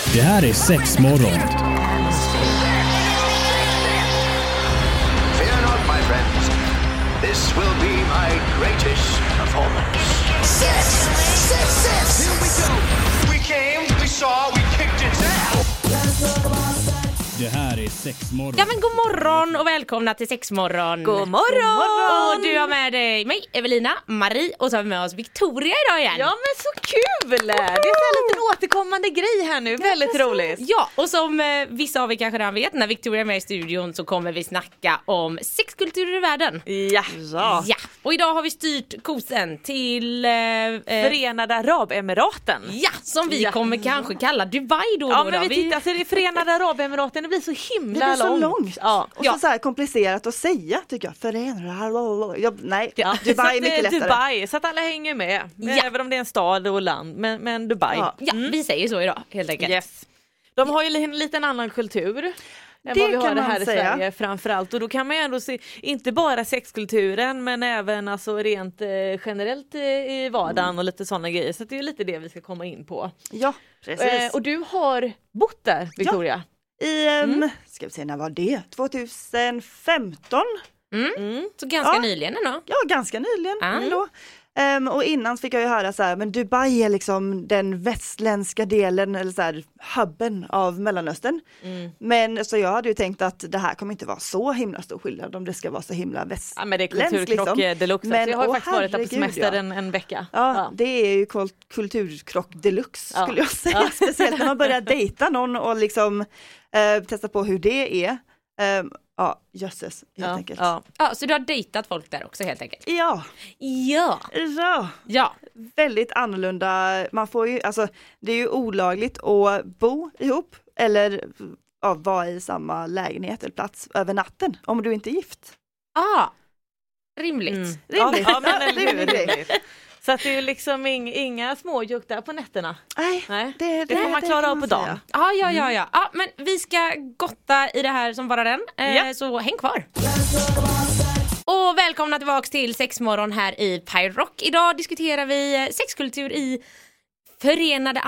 Det här är Sexmorgon. Fear not, my friends. This will be my greatest performance. Six! Here we go. We came, we saw, we kicked its ass. Det här är Sexmorgon. Ja men god morgon och välkomna till Sexmorgon. God morgon! Och du har med dig mig, Evelina, Marie och så har vi med oss Victoria idag igen. Ja men så kul! Det är en liten återkommande grej här nu, väldigt roligt. Ja, och som vissa av er kanske redan vet, när Victoria är med i studion så kommer vi snacka om sexkulturer i världen. Ja. Ja, och idag har vi styrt kosen till Förenade Arabemiraten. ja, som vi kommer kanske kalla Dubai då. Ja då, men då. vi tittar, så det är Förenade Arabemiraten, det blir så himla Det blir så långt. långt. Ja. Och så här komplicerat att säga tycker jag. Nej, Ja. Dubai är Så mycket att, lättare. Dubai, så att alla hänger med. Ja. Även om det är en stad och land. Men Dubai. Ja. Ja, vi säger så idag helt enkelt. Yes. De har ju en liten annan kultur än Det vad vi har kan det man här i säga. Sverige framförallt. Och då kan man ju ändå se, inte bara sexkulturen men även alltså rent generellt i vardagen och lite sådana grejer. Så det är lite det vi ska komma in på. Ja, precis. Och du har bott där, Victoria. Ska vi se, när var det? 2015? Så ganska Ja. nyligen ändå. Ja, ganska nyligen Ah. ändå. Och innan fick jag ju höra så här, men Dubai är liksom den västländska delen eller så här, hubben av Mellanöstern. Men så jag hade ju tänkt att det här kommer inte vara så himla stor skillnad om det ska vara så himla västländskt. Ja, men det är kulturkrock deluxe. Men, Jag har ju åh, faktiskt varit där på herregud, semester ja. en vecka. Ja, det är ju kulturkrock deluxe Ja. skulle jag säga. Ja. Speciellt när man börjar dejta någon och liksom testa på hur det är. Ja, jösses helt enkelt. Ja. Ja, så du har dejtat folk där också helt enkelt. Ja, Ja. Ja. väldigt annorlunda. Man får ju, alltså det är ju olagligt att bo ihop eller vara i samma lägenhet eller plats över natten om du inte är gift. Rimligt. Rimligt. Ja, men eller hur, Rimligt. rimligt. Så att det är ju liksom inga småjuck där på nätterna. Nej, Det får man klara kan av man på säga. dagen. Ja, men vi ska gotta i det här som bara den. Ja. Så häng kvar. Och välkomna tillbaka till Sexmorgon här i Pirate Rock. Idag diskuterar vi sexkultur i Förenade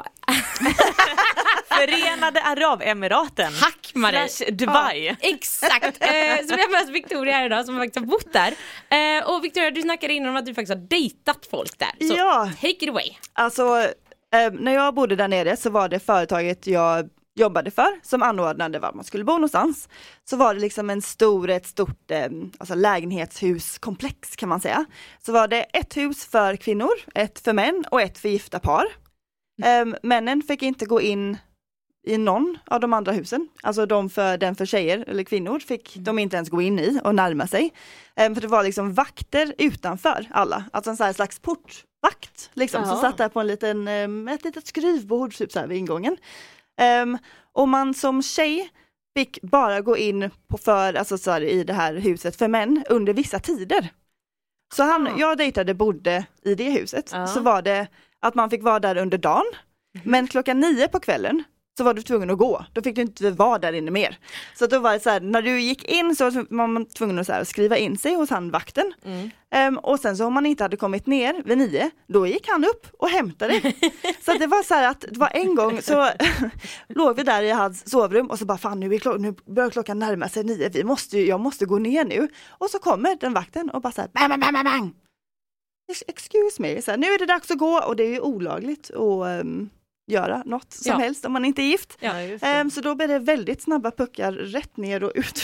Förenade Arabemiraten. Tack Marie. / Dubai. Ja, exakt. Så vi har med oss Victoria här idag som faktiskt har bott där. Och Victoria, du snackade innan om att du faktiskt har dejtat folk där. Så Ja. take it away. Alltså, när jag bodde där nere så var det företaget jag jobbade för som anordnade var man skulle bo någonstans. Så var det liksom ett stort alltså lägenhetshuskomplex kan man säga. Så var det ett hus för kvinnor, ett för män och ett för gifta par. Männen fick inte gå in i någon av de andra husen. Alltså den för tjejer eller kvinnor fick de inte ens gå in i och närma sig. För det var liksom vakter utanför alla. Alltså en sån här slags portvakt liksom. Jaha. Så satt där på ett litet skrivbord typ så här vid ingången. Och man som tjej fick bara gå in i det här huset för män under vissa tider. Så jag dejtade bodde i det huset. Ja. Så var det att man fick vara där under dagen. Men 9:00 på kvällen så var du tvungen att gå. Då fick du inte vara där inne mer. Så då var det så här, när du gick in så var man tvungen att så här, skriva in sig hos han vakten. Och sen så om man inte hade kommit ner vid 9, då gick han upp och hämtade. Så att det var så här att det var en gång så låg vi där i hans sovrum och så bara fan nu börjar klockan närma sig 9. Jag måste gå ner nu. Och så kommer den vakten och bara så här bang, bang, bang, bang, bang. Excuse me, så här, nu är det dags att gå och det är ju olagligt att göra något som helst om man inte är gift. Ja, just det. Så då blir det väldigt snabba puckar rätt ner och ut.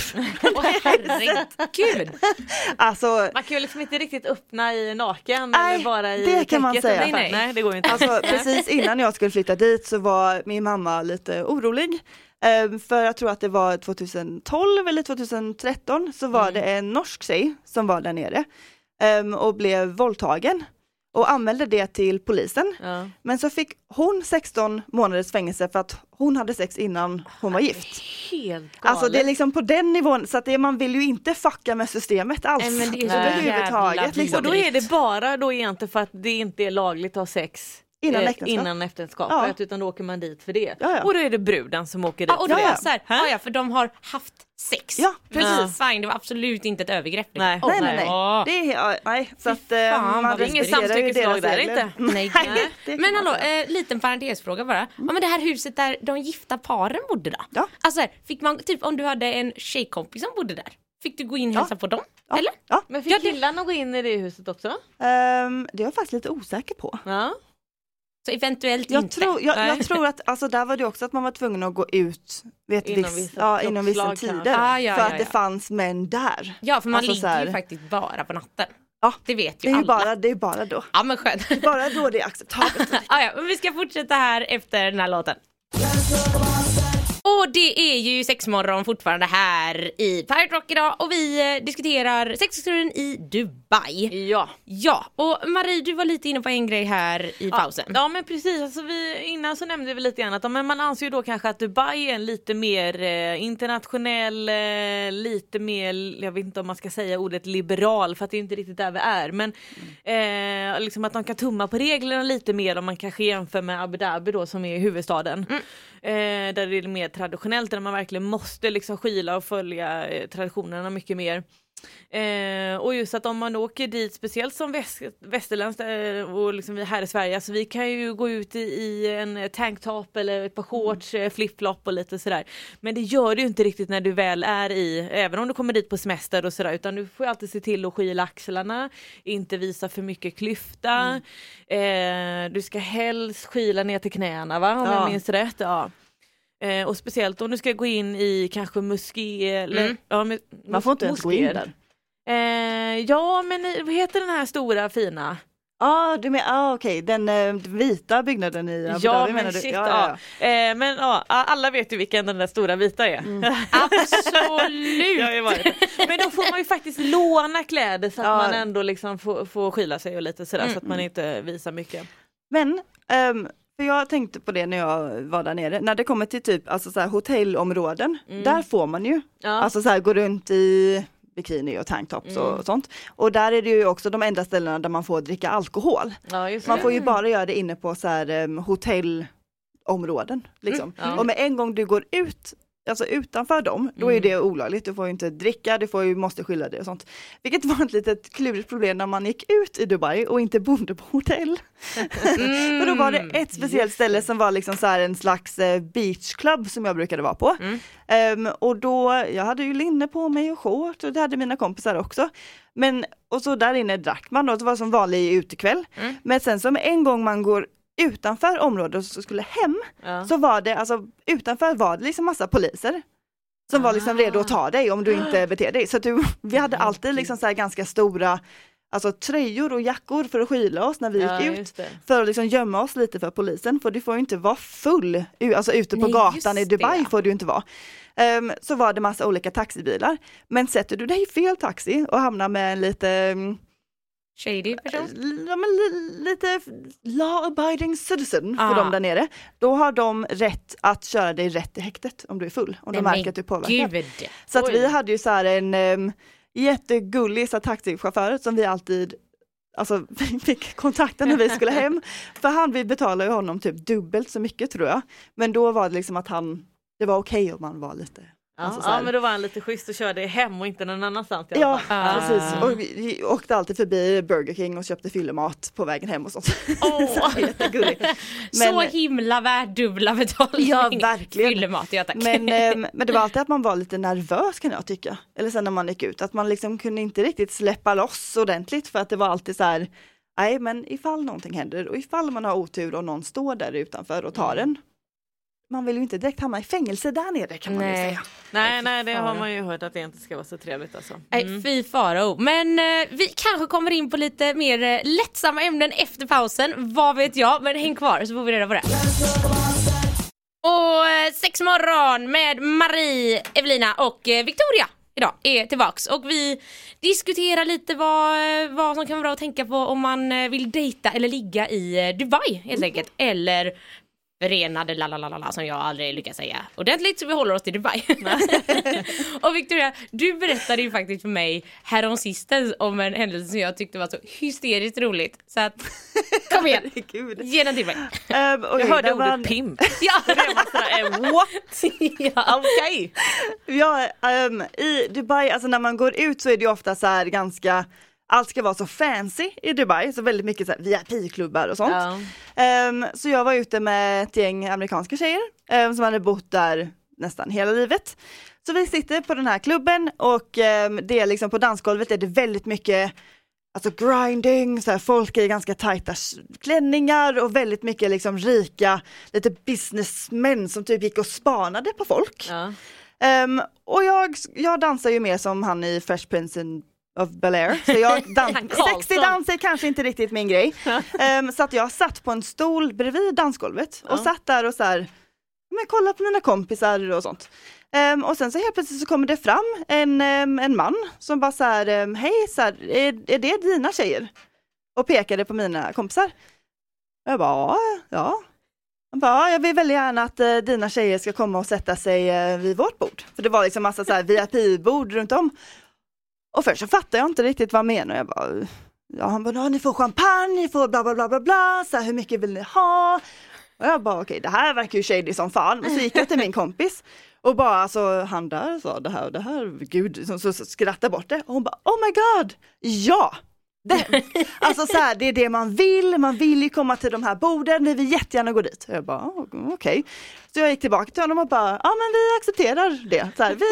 Herregud. Alltså, Man kan ju liksom inte riktigt öppna i naken Nej, eller bara i det kan man täcket säga. eller något. Nej, det går ju inte. alltså precis innan jag skulle flytta dit så var min mamma lite orolig. För jag tror att det var 2012 eller 2013 så var det en norsk tjej som var där nere och blev våldtagen. Och anmälde det till polisen. Ja. Men så fick hon 16 månaders fängelse för att hon hade sex innan hon var gift. Helt galet. Alltså det är liksom på den nivån så att man vill ju inte fucka med systemet alls. Nej, men det är så Nej. överhuvudtaget. jävla Liksom. Och då är det bara då egentligen för att det inte är lagligt att ha sex innan äktenskapet, utan då åker man dit för det. Ja. Och då är det bruden som åker dit och för då det. är så här, för de har haft sex. Ja, precis. Fine, det var absolut inte ett övergrepp. Nej. Nej. Åh. Det är, nej, så att fan, man vad ingen respekterar ju samtyckeslag deras där, regler. inte? Nej. Det kan Men man hallå, säga. liten parentesfråga bara. Ja, men det här huset där de gifta paren bodde då? Ja. Alltså här, fick man, typ om du hade en tjejkompis som bodde där, fick du gå in och hälsa på dem? Ja. Eller? Ja. Men fick killarna gå in i det huset också? Det är jag faktiskt lite osäker på. Ja. Så eventuellt Jag inte. jag tror att alltså, där var det också att man var tvungen att gå ut inom vissa klockslag tider. kanske. För att det fanns män där. Ja, för man Alltså, ligger så här- ju faktiskt bara på natten. Ja, Det vet det ju är ju alla. bara då. Ja, men skönt. Bara då det är acceptabelt. Ja, men vi ska fortsätta här efter den här låten. Och det är ju sexmorgon fortfarande här i Pirate Rock idag och vi diskuterar sexkulturen i Dubai. Ja, och Marie, du var lite inne på en grej här i pausen. Ja, men precis, alltså innan så nämnde vi lite grann att men man anser ju då kanske att Dubai är en lite mer internationell, lite mer, jag vet inte om man ska säga ordet liberal, för att det är inte riktigt där vi är, men liksom att de kan tumma på reglerna lite mer om man kanske jämför med Abu Dhabi då, som är huvudstaden. Där det är mer traditionellt, där man verkligen måste liksom skila och följa traditionerna mycket mer. Och just att om man åker dit, speciellt som västerländskt och liksom vi här i Sverige, alltså vi kan ju gå ut i en tanktop eller ett par shorts, flip-flop och lite sådär. Men det gör du ju inte riktigt när du väl är även om du kommer dit på semester och sådär, utan du får ju alltid se till att skyla axlarna, inte visa för mycket klyfta. Du ska helst skyla ner till knäna, va? Om jag minns rätt, ja. Och speciellt om du ska gå in i kanske moské eller Man får inte ens gå in där. Ja, men vad heter den här stora fina? Du menar, okej, den vita byggnaden i Abu Ja, Dhabi men menar du? shit, Ja. men alla vet ju vilken den där stora vita är. Absolut! Jag har ju varit där. Men då får man ju faktiskt låna kläder så att man ändå liksom får skyla sig och lite sådär, så att man inte visar mycket. Men för jag tänkte på det när jag var där nere. När det kommer till typ alltså så här, hotellområden, där får man ju alltså så här, gå runt i bikini och tanktops och sånt. Och där är det ju också de enda ställena där man får dricka alkohol. Ja, just Man det. får ju bara göra det inne på så här hotellområden liksom. Och med en gång du går ut, alltså utanför dem, då är det olagligt. Du får ju inte dricka, måste skylla dig och sånt. Vilket var ett litet klurigt problem när man gick ut i Dubai och inte bodde på hotell. För då var det ett speciellt ställe som var liksom så här en slags beachclub som jag brukade vara på. Och då, jag hade ju linne på mig och short, och det hade mina kompisar också. Men, och så där inne drack man och det var som vanlig utekväll. Men sen som en gång man går utanför området och så skulle hem, så var det, alltså utanför var det liksom massa poliser som var liksom redo att ta dig om du inte beter dig. Så att vi hade alltid liksom så här ganska stora alltså tröjor och jackor för att skyla oss när vi gick ut. För att liksom gömma oss lite för polisen. För du får ju inte vara full. Alltså ute på gatan i Dubai får du inte vara. Så var det massa olika taxibilar. Men sätter du dig i fel taxi och hamnar med en lite shady person? Ja, men lite law-abiding citizen för dem där nere. Då har de rätt att köra dig rätt i häktet om du är full. Om de märker att du är påverkad. Så att vi hade ju så här en jättegullig taxichaufför som vi alltid fick kontakten när vi skulle hem. För vi betalade ju honom typ dubbelt så mycket tror jag. Men då var det liksom att det var okej om man var lite... men då var han lite schysst och körde hem och inte någon annanstans. Precis. Och vi åkte alltid förbi Burger King och köpte fyllemat på vägen hem och sånt. Så jättegulligt. Så himla värd dubbla betalning. Ja, verkligen. Fyllemat, tack. Men det var alltid att man var lite nervös kan jag tycka. Eller sen när man gick ut. Att man liksom kunde inte riktigt släppa loss ordentligt. För att det var alltid så här, nej men ifall någonting händer och ifall man har otur och någon står där utanför och tar den. Man vill ju inte direkt hamna i fängelse där nere kan man ju säga. Nej, det har man ju hört att det inte ska vara så trevligt alltså. Nej, fy faro. Men vi kanske kommer in på lite mer lättsamma ämnen efter pausen. Vad vet jag, men häng kvar så får vi reda på det. Och sexmorgon med Marie, Evelina och Victoria idag är tillbaks. Och vi diskuterar lite vad som kan vara bra att tänka på om man vill dejta eller ligga i Dubai helt enkelt. Eller förenade lalalala som jag aldrig lyckas säga ordentligt, så vi håller oss till Dubai. Och Victoria, du berättade ju faktiskt för mig häromsistens om en händelse som jag tyckte var så hysteriskt roligt. Så att, kom igen, ge den till mig. Jag hörde ordet pimp. Ja. What? Ja. Okej. Ja, i Dubai, alltså när man går ut så är det ju ofta så här ganska, allt ska vara så fancy i Dubai, så väldigt mycket så här VIP-klubbar och sånt. Ja. Så jag var ute med ett gäng amerikanska tjejer som hade bott där nästan hela livet. Så vi sitter på den här klubben och det är liksom på dansgolvet är det väldigt mycket alltså grinding, så här, folk är ganska tajta klänningar och väldigt mycket liksom rika, lite businessmän som typ gick och spanade på folk. Ja. Och jag dansar ju mer som han i Fresh Prince of Bel-Air. Så jag sexy dans är kanske inte riktigt min grej. Så att jag satt på en stol bredvid dansgolvet och satt där och så här, men kolla på mina kompisar och sånt. Och sen så helt plötsligt så kommer det fram en man som bara så här, hej, så här, är det dina tjejer? Och pekade på mina kompisar. Jag bara, ja. Han bara, jag vill väldigt gärna att dina tjejer ska komma och sätta sig vid vårt bord. För det var liksom massa så här VIP-bord runt om. Och först så fattade jag inte riktigt vad han menade. Jag bara, ja, han bara, ni får champagne, ni får bla bla bla bla bla. Så här, hur mycket vill ni ha? Och jag bara, okej, det här verkar ju shady som fan. Och så gick jag till min kompis. Och bara, alltså, han där sa det här och det här. Gud, så skrattade bort det. Och hon bara, oh my god, ja! Alltså så här, det är det man vill ju komma till de här borden, vi vill jättegärna gå dit. Jag bara, okej. Så jag gick tillbaka till honom och bara, ja men vi accepterar det. Så här,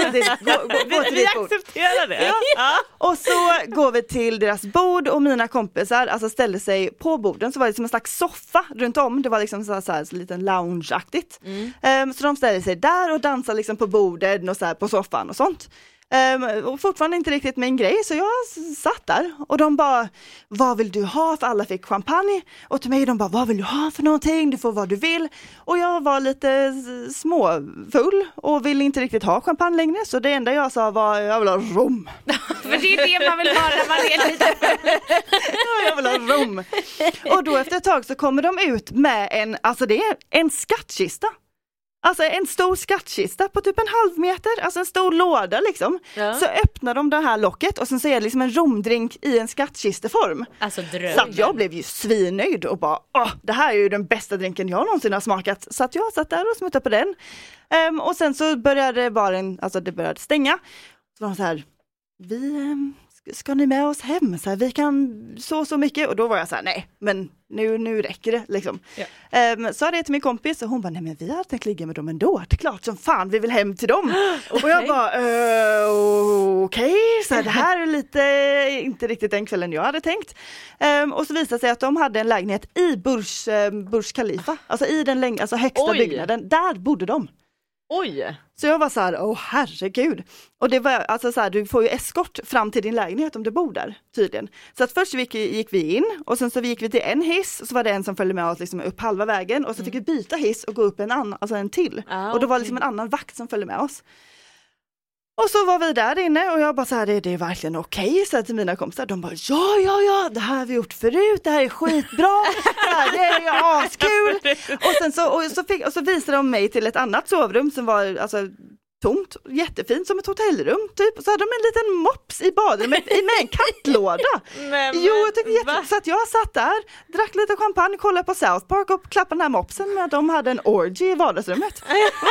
vi accepterar det. Ja. Och så går vi till deras bord och mina kompisar alltså ställde sig på borden, så var det som en slags soffa runt om. Det var liksom så här liten loungeaktigt. Så de ställde sig där och dansade liksom på borden och så här på soffan och sånt. Och fortfarande inte riktigt min grej, så jag satt där och de bara, vad vill du ha? För alla fick champagne och till mig de bara, vad vill du ha för någonting? Du får vad du vill. Och jag var lite småfull och ville inte riktigt ha champagne längre, så det enda jag sa var, jag vill ha rom. För det är det man vill ha när man är lite jag vill ha rom. Och då efter ett tag så kommer de ut med det är en skattkista. Alltså en stor skattkista på typ en halv meter, alltså en stor låda liksom. Ja. Så öppnar de det här locket och sen så är det liksom en romdrink i en skattkisteform. Alltså dröm. Så att jag blev ju svinnöjd och bara, det här är ju den bästa drinken jag någonsin har smakat. Så att jag satt där och smuttade på den. Och sen så började baren, alltså det började stänga. Så var de så här, ska ni med oss hem? Så här, vi kan så mycket. Och då var jag så här, nej, men nu räcker det liksom. Ja. Så hade jag till min kompis och hon bara, nej men vi har tänkt ligga med dem ändå. Det är klart som fan, vi vill hem till dem. Okay. Och jag bara, okej. Så här, det här är lite, inte riktigt den kvällen jag hade tänkt. Och så visade sig att de hade en lägenhet i Burj Khalifa. Alltså i den högsta byggnaden. Där bodde de. Oj! Så jag var så här, herregud. Och det var alltså så här, du får ju eskort fram till din lägenhet om du bor där, tydligen. Så att först gick vi in och sen så gick vi till en hiss, och så var det en som följde med oss liksom upp halva vägen och så fick vi byta hiss och gå upp en till. Och då var det liksom en annan vakt som följde med oss. Och så var vi där inne och jag bara så här, det är verkligen okej, så till mina kompisar. De bara, ja, det här har vi gjort förut, det här är skitbra, det är ju askul. Och så visade de mig till ett annat sovrum som var alltså tomt, jättefint som ett hotellrum typ. Och så hade de en liten mops i badrummet med en kattlåda. Jag tyckte så att jag satt där, drack lite champagne, kollade på South Park och klappade den här mopsen med att de hade en orgy i vardagsrummet.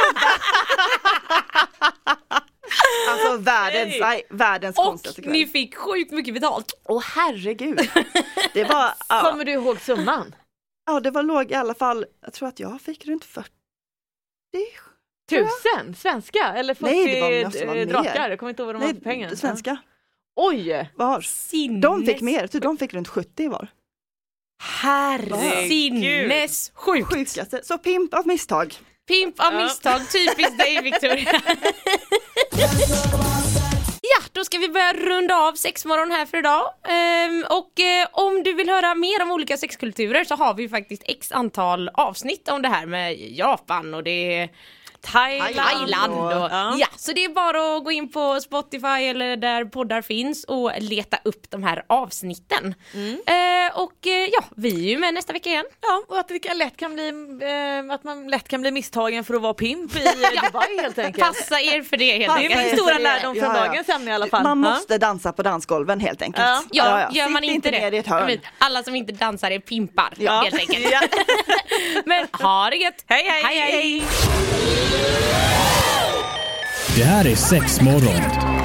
Alltså världens konstigaste kväll. Och ni fick sjukt mycket betalt. Herregud. Det var, kommer du ihåg summan? Ja, det var låg i alla fall. Jag tror att jag fick runt 40 000 svenska eller 40 drakar. Jag kommer inte ihåg vad de har för pengar. Svenska. Oj! De fick mer, de fick runt 70 var. Herregud. Sinnessjukt. Sjukaste. Så pimp av misstag. Pimp av misstag, typiskt dig Victoria. Ja, då ska vi börja runda av sexmorgon här för idag. Om du vill höra mer om olika sexkulturer så har vi faktiskt x antal avsnitt om det här med Japan och det Thailand. Ja, så det är bara att gå in på Spotify eller där poddar finns och leta upp de här avsnitten. Vi är ju med nästa vecka igen. Ja, och att det lätt kan bli att man lätt kan bli misstagen för att vara pimp i Dubai helt enkelt. Passa er för det helt Det är enkelt. min stora lärdom från dagens ämne i alla fall. Man måste dansa på dansgolven helt enkelt. Ja, gör man Sitt inte ner i det. ett hörn. Alla som inte dansar är pimpar helt enkelt. Ja. Men ha det gött. Hej. Det här är Sexmorgon.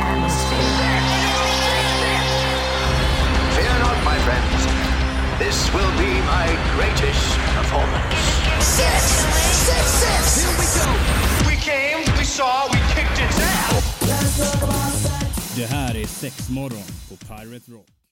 Fear not, my friends. This will be my greatest performance. Six! Here we go. We came, we saw, we kicked its ass. Det här är Sexmorgon på Pirate Rock.